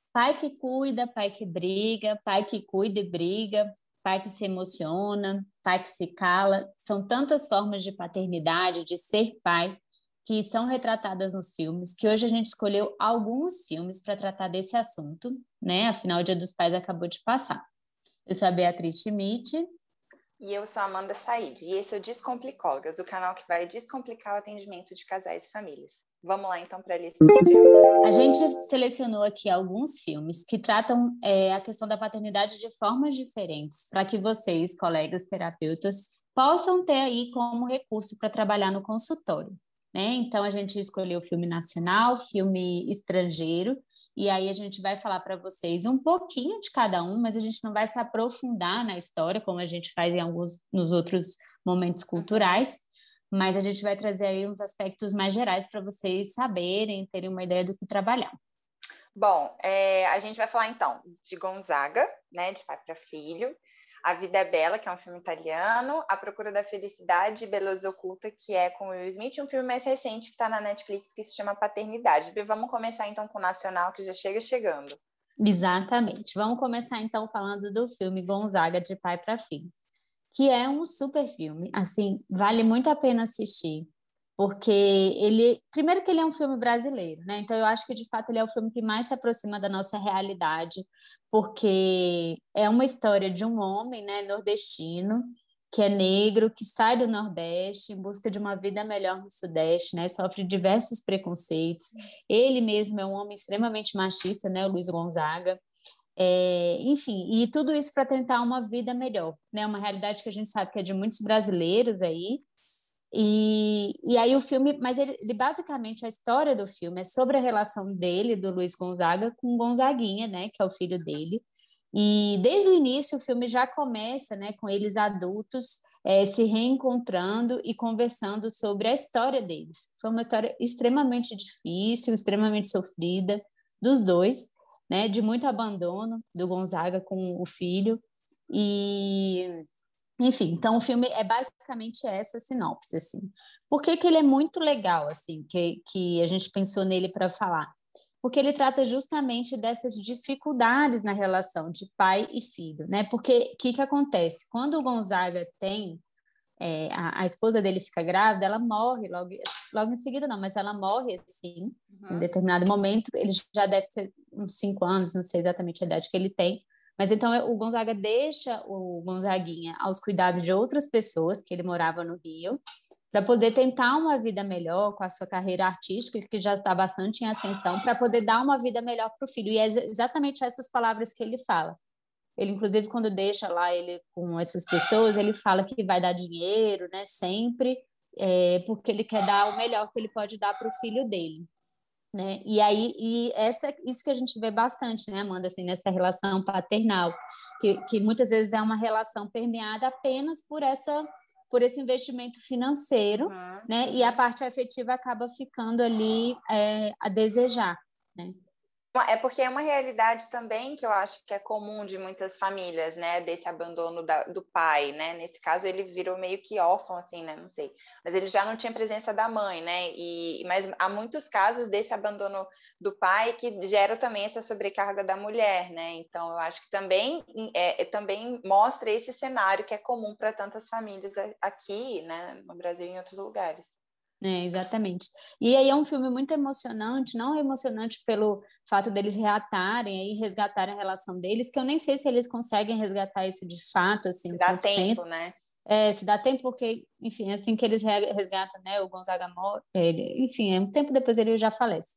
Pai que cuida, pai que briga, pai que cuida e briga, pai que se emociona, pai que se cala. São tantas formas de paternidade, de ser pai, que são retratadas nos filmes, que hoje a gente escolheu alguns filmes para tratar desse assunto, né? Afinal, o Dia dos Pais acabou de passar. Eu sou a Beatriz Schmidt. E eu sou a Amanda Said, e esse é o Descomplicólogas, o canal que vai descomplicar o atendimento de casais e famílias. Vamos lá, então, para a lista dos filmes. A gente selecionou aqui alguns filmes que tratam a questão da paternidade de formas diferentes, para que vocês, colegas terapeutas, possam ter aí como recurso para trabalhar no consultório, né? Então, a gente escolheu filme nacional, filme estrangeiro, e aí a gente vai falar para vocês um pouquinho de cada um, mas a gente não vai se aprofundar na história, como a gente faz em nos outros momentos culturais, mas a gente vai trazer aí uns aspectos mais gerais para vocês saberem, terem uma ideia do que trabalhar. Bom, a gente vai falar então de Gonzaga, né, de pai para filho, A Vida é Bela, que é um filme italiano, A Procura da Felicidade, Beleza Oculta, que é com Will Smith, um filme mais recente que está na Netflix, que se chama Paternidade. Vamos começar então com o nacional, que já chega chegando. Exatamente. Vamos começar então falando do filme Gonzaga, de pai para filho, que é um super filme, assim, vale muito a pena assistir, porque primeiro que ele é um filme brasileiro, né? Então eu acho que de fato ele é o filme que mais se aproxima da nossa realidade, porque é uma história de um homem, né, nordestino, que é negro, que sai do Nordeste em busca de uma vida melhor no Sudeste, né? Sofre diversos preconceitos. Ele mesmo é um homem extremamente machista, né, o Luiz Gonzaga. Enfim, e tudo isso para tentar uma vida melhor, né? Uma realidade que a gente sabe que é de muitos brasileiros aí. E aí o filme, mas ele basicamente a história do filme é sobre a relação dele, do Luiz Gonzaga, com Gonzaguinha, né? Que é o filho dele. E desde o início o filme já começa, né? Com eles adultos se reencontrando e conversando sobre a história deles. Foi uma história extremamente difícil, extremamente sofrida dos dois, né? De muito abandono do Gonzaga com o filho. E enfim, então o filme é basicamente essa sinopse, assim. Por que que ele é muito legal, assim, que a gente pensou nele para falar? Porque ele trata justamente dessas dificuldades na relação de pai e filho, né? Porque o que acontece? Quando o Gonzaga tem, a esposa dele fica grávida, ela morre logo em seguida, não, mas ela morre, assim, em determinado momento, ele já deve ter uns 5 anos, não sei exatamente a idade que ele tem, mas então o Gonzaga deixa o Gonzaguinha aos cuidados de outras pessoas, que ele morava no Rio, para poder tentar uma vida melhor com a sua carreira artística, que já está bastante em ascensão, para poder dar uma vida melhor para o filho. E é exatamente essas palavras que ele fala. Ele, inclusive, quando deixa lá ele com essas pessoas, ele fala que vai dar dinheiro, né, sempre, porque ele quer dar o melhor que ele pode dar para o filho dele. Né? E aí, isso que a gente vê bastante, né, Amanda, assim, nessa relação paternal, que muitas vezes é uma relação permeada apenas por esse investimento financeiro, né? E a parte afetiva acaba ficando ali a desejar, né? É porque é uma realidade também que eu acho que é comum de muitas famílias, né? Desse abandono do pai, né? Nesse caso, ele virou meio que órfão, assim, né? Não sei. Mas ele já não tinha presença da mãe, né? Mas há muitos casos desse abandono do pai que gera também essa sobrecarga da mulher, né? Então, eu acho que também mostra esse cenário que é comum para tantas famílias aqui, né? No Brasil e em outros lugares. Exatamente. E aí é um filme muito emocionante, não emocionante pelo fato deles reatarem e resgatarem a relação deles, que eu nem sei se eles conseguem resgatar isso de fato, assim, se dá 100%. Tempo, né? Se dá tempo, porque, enfim, assim que eles resgatam, né, o Gonzaga morre, enfim, um tempo depois ele já falece.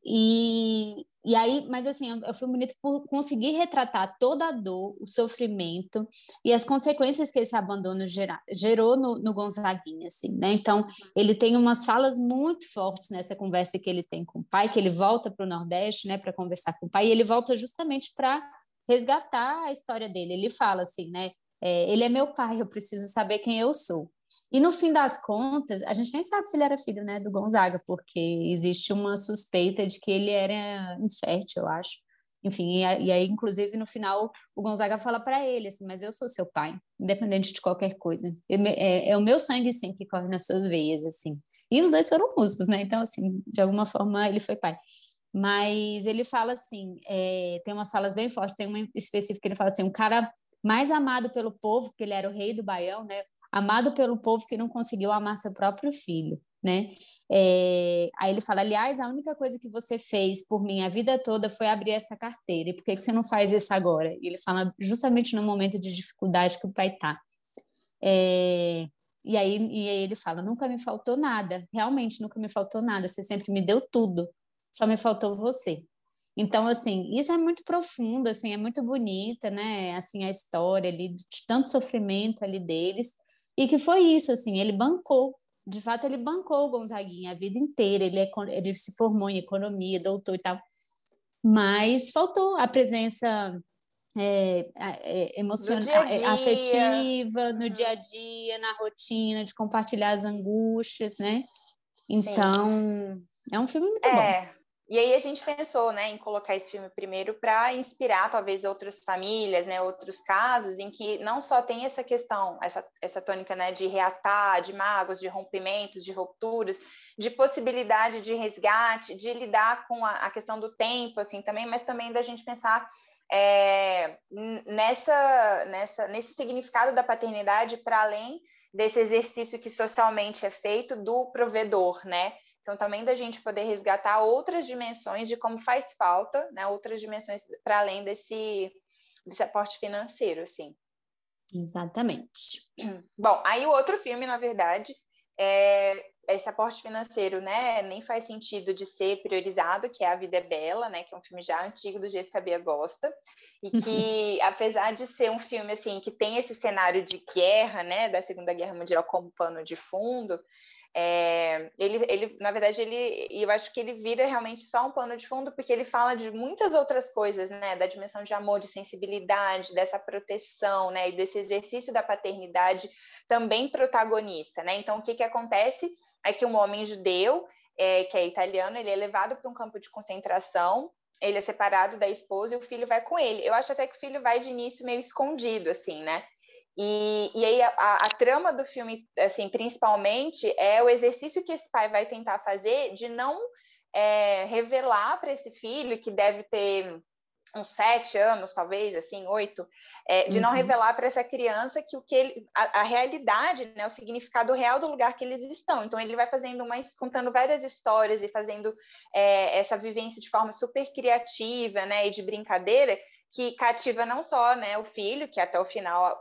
E aí, mas assim, eu fui bonito por conseguir retratar toda a dor, o sofrimento e as consequências que esse abandono gerou no Gonzaguinha, assim, né? Então, ele tem umas falas muito fortes nessa conversa que ele tem com o pai, que ele volta para o Nordeste, né, para conversar com o pai, e ele volta justamente para resgatar a história dele. Ele fala assim, né? Ele é meu pai, eu preciso saber quem eu sou. E no fim das contas, a gente nem sabe se ele era filho, né, do Gonzaga, porque existe uma suspeita de que ele era infértil, eu acho. Enfim, e aí, inclusive, no final, o Gonzaga fala para ele assim, mas eu sou seu pai, independente de qualquer coisa. É o meu sangue, sim, que corre nas suas veias, assim. E os dois foram músicos, né? Então, assim, de alguma forma, ele foi pai. Mas ele fala assim, tem umas falas bem fortes, tem uma específica que ele fala assim, um cara mais amado pelo povo, porque ele era o rei do Baião, né? Amado pelo povo que não conseguiu amar seu próprio filho, né? Aí ele fala, aliás, a única coisa que você fez por mim a vida toda foi abrir essa carteira, e por que que você não faz isso agora? E ele fala justamente no momento de dificuldade que o pai está. E aí ele fala, nunca me faltou nada, realmente nunca me faltou nada, você sempre me deu tudo, só me faltou você. Então, assim, isso é muito profundo, assim, é muito bonita, né? Assim, a história ali, de tanto sofrimento ali deles, e que foi isso, assim, ele bancou, de fato ele bancou o Gonzaguinha a vida inteira, ele se formou em economia, doutor e tal, mas faltou a presença No dia a dia. afetiva, no dia a dia, na rotina, de compartilhar as angústias, né? Sim. Então, é um filme muito bom. E aí a gente pensou, né, em colocar esse filme primeiro para inspirar talvez outras famílias, né, outros casos em que não só tem essa questão, essa tônica, né, de reatar, de mágoas, de rompimentos, de rupturas, de possibilidade de resgate, de lidar com a questão do tempo, assim, também, mas também da gente pensar nesse significado da paternidade para além desse exercício que socialmente é feito do provedor, né? Então, também da gente poder resgatar outras dimensões de como faz falta, né? Outras dimensões para além desse aporte financeiro, assim. Exatamente. Bom, aí o outro filme, na verdade, esse aporte financeiro, né? Nem faz sentido de ser priorizado, que é A Vida é Bela, né? Que é um filme já antigo, do jeito que a Bia gosta. E que, apesar de ser um filme, assim, que tem esse cenário de guerra, né? Da Segunda Guerra Mundial como pano de fundo, na verdade, eu acho que ele vira realmente só um pano de fundo, porque ele fala de muitas outras coisas, né? Da dimensão de amor, de sensibilidade, dessa proteção, né? E desse exercício da paternidade também protagonista, né? Então, o que acontece é que um homem judeu, que é italiano, ele é levado para um campo de concentração, ele é separado da esposa e o filho vai com ele. Eu acho até que o filho vai de início meio escondido, assim, né? E aí a trama do filme, assim, principalmente, é o exercício que esse pai vai tentar fazer de não revelar para esse filho, que deve ter uns 7 anos, talvez, assim, 8, de não revelar para essa criança que a realidade, né, o significado real do lugar que eles estão. Então, ele vai contando várias histórias e fazendo essa vivência de forma super criativa, né, e de brincadeira, que cativa não só, né, o filho, que até o final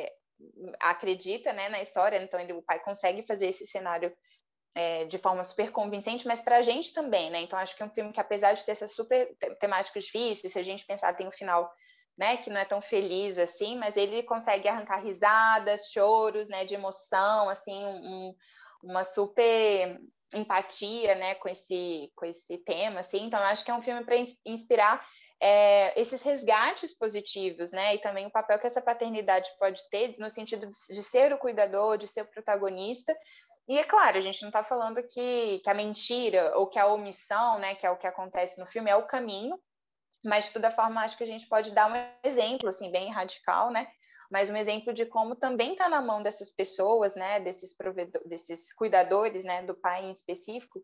acredita, né, na história, então o pai consegue fazer esse cenário de forma super convincente, mas para a gente também, né? Então acho que é um filme que, apesar de ter essas super temáticas difíceis, se a gente pensar, tem um final, né, que não é tão feliz assim, mas ele consegue arrancar risadas, choros, né, de emoção, assim, uma super empatia, né, com esse tema, assim. Então eu acho que é um filme para inspirar esses resgates positivos, né, e também o papel que essa paternidade pode ter no sentido de ser o cuidador, de ser o protagonista. E é claro, a gente não está falando que a mentira ou que a omissão, né, que é o que acontece no filme, é o caminho, mas de toda forma acho que a gente pode dar um exemplo, assim, bem radical, né, mas um exemplo de como também está na mão dessas pessoas, né, desses cuidadores, né, do pai em específico,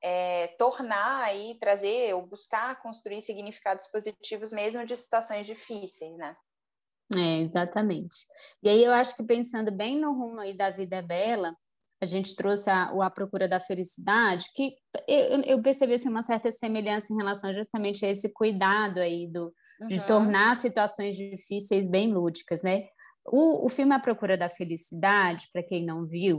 tornar e trazer ou buscar construir significados positivos mesmo de situações difíceis, né? Exatamente. E aí eu acho que pensando bem no rumo aí da Vida é Bela, a gente trouxe a Procura da Felicidade, que eu percebi assim, uma certa semelhança em relação justamente a esse cuidado aí de tornar situações difíceis bem lúdicas, né? O filme A Procura da Felicidade, para quem não viu,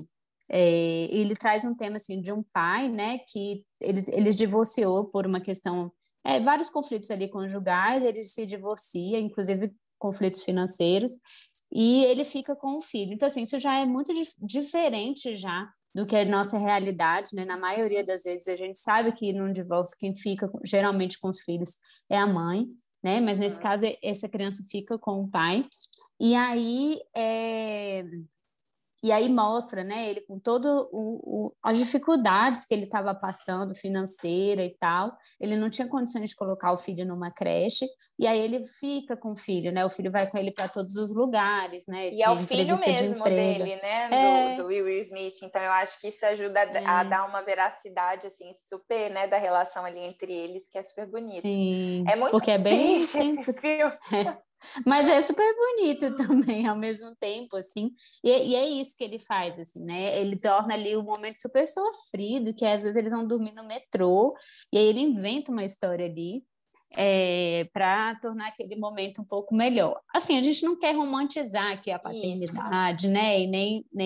ele traz um tema assim de um pai, né, que ele divorciou por uma questão, vários conflitos ali conjugais, ele se divorcia, inclusive conflitos financeiros, e ele fica com o filho. Então, assim, isso já é muito diferente já do que a nossa realidade, né? Na maioria das vezes a gente sabe que num divórcio quem fica geralmente com os filhos é a mãe, né? Mas nesse caso essa criança fica com o pai. E aí E aí mostra, né, ele com todo as dificuldades que ele estava passando, financeira e tal. Ele não tinha condições de colocar o filho numa creche, e aí ele fica com o filho, né? O filho vai com ele para todos os lugares, né? E é De o filho entrevista de mesmo emprego. dele, né? Do É, Will Smith. Então, eu acho que isso ajuda a é, dar uma veracidade, assim, super, né? Da relação ali entre eles, que é super bonito. sim, É muito porque é bem triste esse simples. filme. Mas é super bonito também, ao mesmo tempo, assim. E é isso que ele faz, assim, né? Ele torna ali um momento super sofrido, que às vezes eles vão dormir no metrô, e aí ele inventa uma história ali para tornar aquele momento um pouco melhor. Assim, a gente não quer romantizar aqui a Isso. paternidade, né? E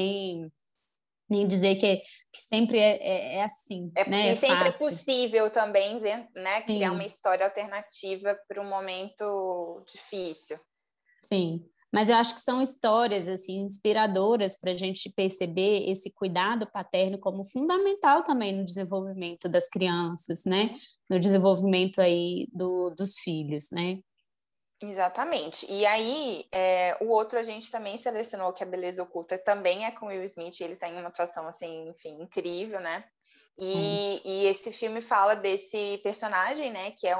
nem dizer que sempre é assim, né? É E sempre é fácil. possível também, né? Criar uma Sim. história alternativa para um momento difícil. Sim, mas eu acho que são histórias assim inspiradoras para a gente perceber esse cuidado paterno como fundamental também no desenvolvimento das crianças, né? No desenvolvimento aí dos filhos, né? Exatamente. E aí, o outro a gente também selecionou, que é Beleza Oculta, também é com Will Smith, ele tem uma atuação, assim, enfim, incrível, né? É. E esse filme fala desse personagem, né, que é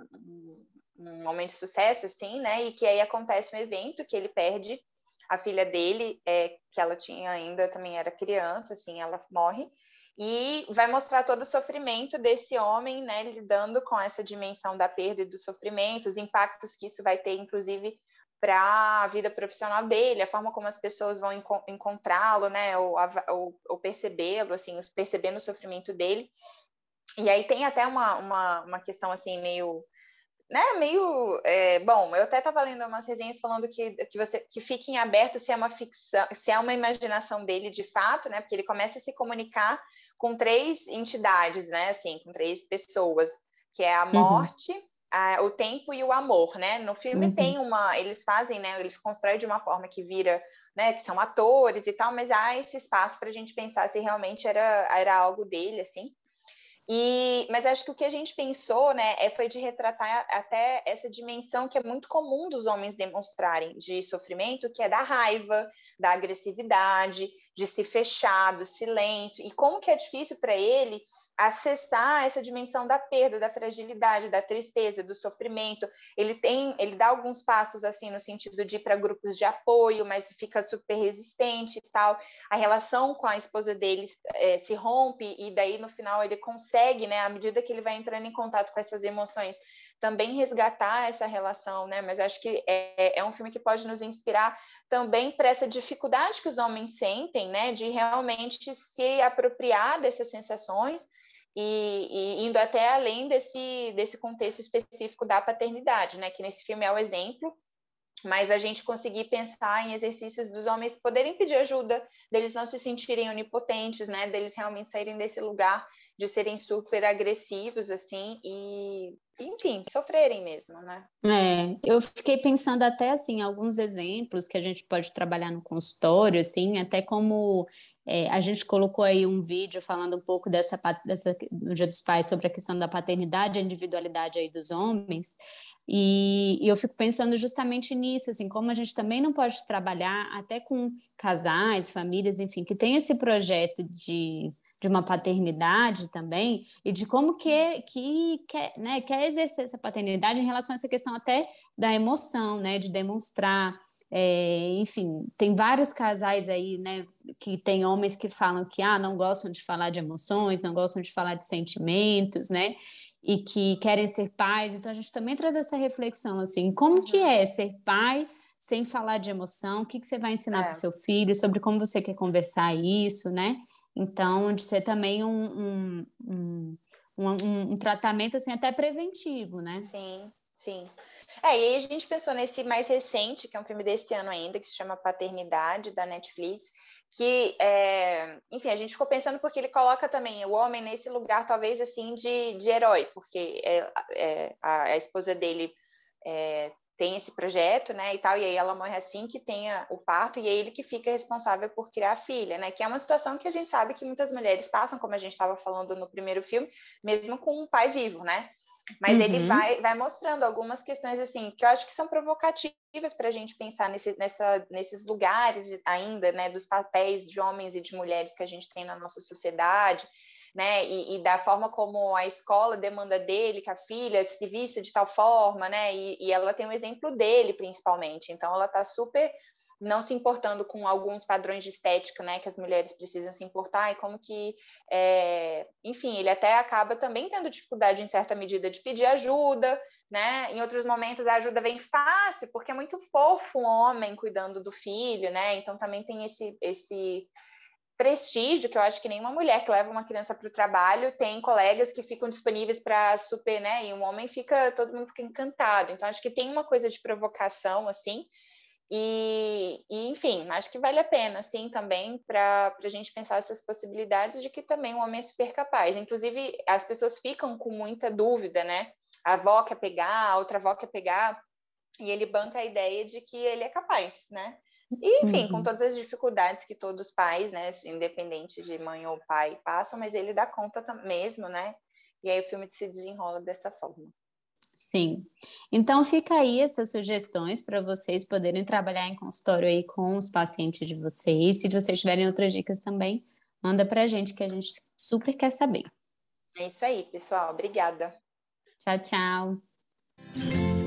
um homem de sucesso, assim, né, e que aí acontece um evento que ele perde a filha dele, que ela tinha ainda, também era criança, assim, ela morre, e vai mostrar todo o sofrimento desse homem, né, lidando com essa dimensão da perda e do sofrimento, os impactos que isso vai ter, inclusive, para a vida profissional dele, a forma como as pessoas vão encontrá-lo, né, ou percebê-lo, assim, percebendo o sofrimento dele. E aí tem até uma questão, assim, meio né, meio bom, eu até estava lendo umas resenhas falando que fique em aberto se é uma ficção, se é uma imaginação dele de fato, né? Porque ele começa a se comunicar com três entidades, né? Assim, com três pessoas, que é a Uhum, morte, o tempo e o amor, né? No filme tem uhum. eles fazem, né? Eles constroem de uma forma que vira, né? Que são atores e tal, mas há esse espaço para a gente pensar se realmente era algo dele, assim. Mas acho que o que a gente pensou, né, foi de retratar até essa dimensão que é muito comum dos homens demonstrarem de sofrimento, que é da raiva, da agressividade, de se fechar, do silêncio, e como que é difícil para ele acessar essa dimensão da perda, da fragilidade, da tristeza, do sofrimento. Ele dá alguns passos assim no sentido de ir para grupos de apoio, mas fica super resistente e tal. A relação com a esposa dele se rompe e daí no final ele consegue, né, à medida que ele vai entrando em contato com essas emoções, também resgatar essa relação, né? Mas acho que é um filme que pode nos inspirar também para essa dificuldade que os homens sentem, né, de realmente se apropriar dessas sensações e indo até além desse contexto específico da paternidade, né? Que nesse filme é o exemplo, mas a gente conseguir pensar em exercícios dos homens poderem pedir ajuda, deles não se sentirem onipotentes, né, deles realmente saírem desse lugar de serem super agressivos, assim, e enfim, sofrerem mesmo, né? Eu fiquei pensando até assim, alguns exemplos que a gente pode trabalhar no consultório, assim, até como a gente colocou aí um vídeo falando um pouco dessa no Dia dos Pais sobre a questão da paternidade, a individualidade aí dos homens, e eu fico pensando justamente nisso, assim, como a gente também não pode trabalhar até com casais, famílias, enfim, que tem esse projeto de uma paternidade também, e de como que quer, né, quer exercer essa paternidade em relação a essa questão até da emoção, né, de demonstrar. Enfim, tem vários casais aí, né, que tem homens que falam que não gostam de falar de emoções, não gostam de falar de sentimentos, né, e que querem ser pais. Então a gente também traz essa reflexão assim, como que Uhum. é ser pai sem falar de emoção? O que você vai ensinar para o É. seu filho sobre como você quer conversar isso, né? Então, de ser também um tratamento assim, até preventivo, né? Sim, sim. E aí a gente pensou nesse mais recente, que é um filme desse ano ainda, que se chama Paternidade, da Netflix, que, enfim, a gente ficou pensando porque ele coloca também o homem nesse lugar, talvez, assim, de herói, porque a esposa dele tem esse projeto, né, e tal, e aí ela morre assim que tenha o parto, e é ele que fica responsável por criar a filha, né, que é uma situação que a gente sabe que muitas mulheres passam, como a gente estava falando no primeiro filme, mesmo com um pai vivo, né, mas ele vai mostrando algumas questões, assim, que eu acho que são provocativas para a gente pensar nesses lugares ainda, né, dos papéis de homens e de mulheres que a gente tem na nossa sociedade, né, e da forma como a escola demanda dele que a filha se vista de tal forma, né, e ela tem um exemplo dele, principalmente, então ela está super não se importando com alguns padrões de estética, né, que as mulheres precisam se importar, e como que, enfim, ele até acaba também tendo dificuldade, em certa medida, de pedir ajuda, né, em outros momentos a ajuda vem fácil, porque é muito fofo um homem cuidando do filho, né, então também tem esse prestígio, que eu acho que nenhuma mulher que leva uma criança para o trabalho tem colegas que ficam disponíveis para super, né? E um homem todo mundo fica encantado. Então, acho que tem uma coisa de provocação, assim, enfim, acho que vale a pena, assim, também para a gente pensar essas possibilidades de que também o homem é super capaz. Inclusive, as pessoas ficam com muita dúvida, né? A avó quer pegar, a outra avó quer pegar, e ele banca a ideia de que ele é capaz, né? E, enfim, com todas as dificuldades que todos os pais, né, independente de mãe ou pai, passam, mas ele dá conta mesmo, né? E aí o filme se desenrola dessa forma. Sim. Então fica aí essas sugestões para vocês poderem trabalhar em consultório aí com os pacientes de vocês. Se vocês tiverem outras dicas também, manda para a gente que a gente super quer saber. É isso aí, pessoal. Obrigada. Tchau, tchau.